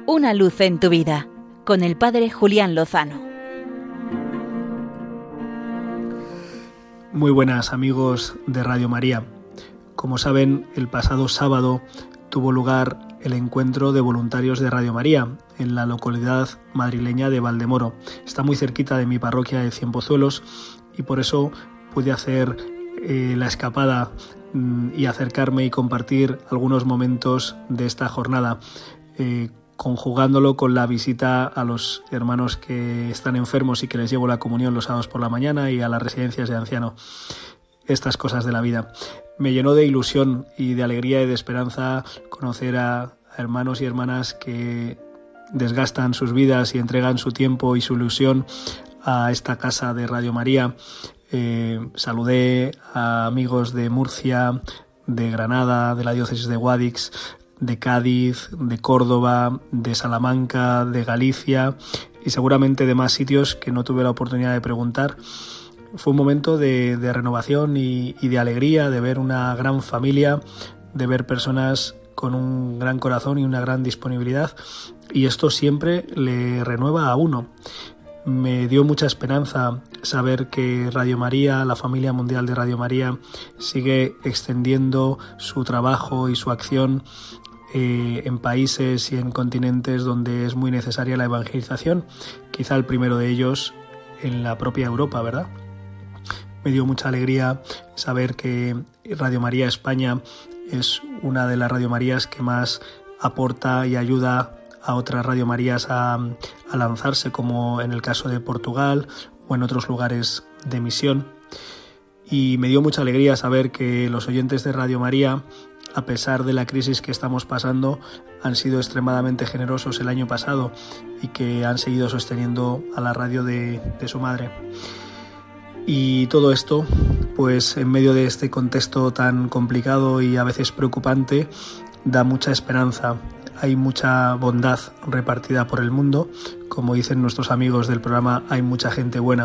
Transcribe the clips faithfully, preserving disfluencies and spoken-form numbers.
Una luz en tu vida, con el Padre Julián Lozano. Muy buenas amigos de Radio María. Como saben, el pasado sábado tuvo lugar el encuentro de voluntarios de Radio María en la localidad madrileña de Valdemoro. Está muy cerquita de mi parroquia de Cienpozuelos y por eso pude hacer eh, la escapada mmm, y acercarme y compartir algunos momentos de esta jornada, eh, conjugándolo con la visita a los hermanos que están enfermos y que les llevo la comunión los sábados por la mañana y a las residencias de ancianos. Estas cosas de la vida. Me llenó de ilusión y de alegría y de esperanza conocer a, a hermanos y hermanas que desgastan sus vidas y entregan su tiempo y su ilusión a esta casa de Radio María. Eh, saludé a amigos de Murcia, de Granada, de la diócesis de Guadix, de Cádiz, de Córdoba, de Salamanca, de Galicia y seguramente de más sitios que no tuve la oportunidad de preguntar. Fue un momento de, de renovación y, y de alegría, de ver una gran familia, de ver personas con un gran corazón y una gran disponibilidad, y esto siempre le renueva a uno. Me dio mucha esperanza saber que Radio María, la familia mundial de Radio María, sigue extendiendo su trabajo y su acción Eh, en países y en continentes donde es muy necesaria la evangelización, quizá el primero de ellos en la propia Europa, ¿verdad? Me dio mucha alegría saber que Radio María España es una de las Radio Marías que más aporta y ayuda a otras Radio Marías a, a lanzarse, como en el caso de Portugal o en otros lugares de misión. Y me dio mucha alegría saber que los oyentes de Radio María, a pesar de la crisis que estamos pasando, han sido extremadamente generosos el año pasado y que han seguido sosteniendo a la radio de, de su madre. Y todo esto, pues en medio de este contexto tan complicado y a veces preocupante, da mucha esperanza. Hay mucha bondad repartida por el mundo. Como dicen nuestros amigos del programa, hay mucha gente buena.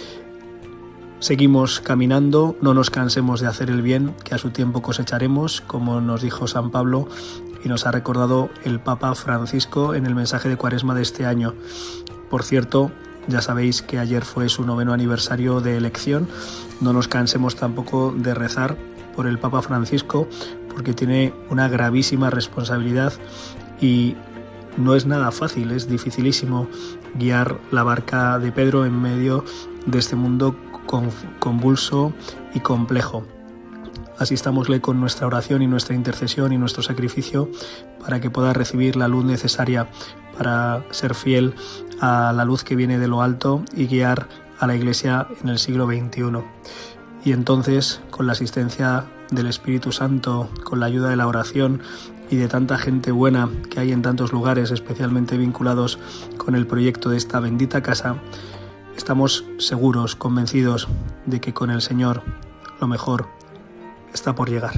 Seguimos caminando, no nos cansemos de hacer el bien, que a su tiempo cosecharemos, como nos dijo San Pablo y nos ha recordado el Papa Francisco en el mensaje de Cuaresma de este año. Por cierto, ya sabéis que ayer fue su noveno aniversario de elección. No nos cansemos tampoco de rezar por el Papa Francisco, porque tiene una gravísima responsabilidad y no es nada fácil, es dificilísimo guiar la barca de Pedro en medio de este mundo convulso y complejo. Asistámosle con nuestra oración y nuestra intercesión y nuestro sacrificio para que pueda recibir la luz necesaria para ser fiel a la luz que viene de lo alto y guiar a la Iglesia en el siglo veintiuno. Y entonces, con la asistencia del Espíritu Santo, con la ayuda de la oración y de tanta gente buena que hay en tantos lugares, especialmente vinculados con el proyecto de esta bendita casa, estamos seguros, convencidos de que con el Señor lo mejor está por llegar.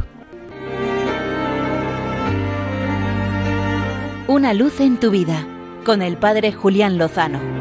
Una luz en tu vida, con el Padre Julián Lozano.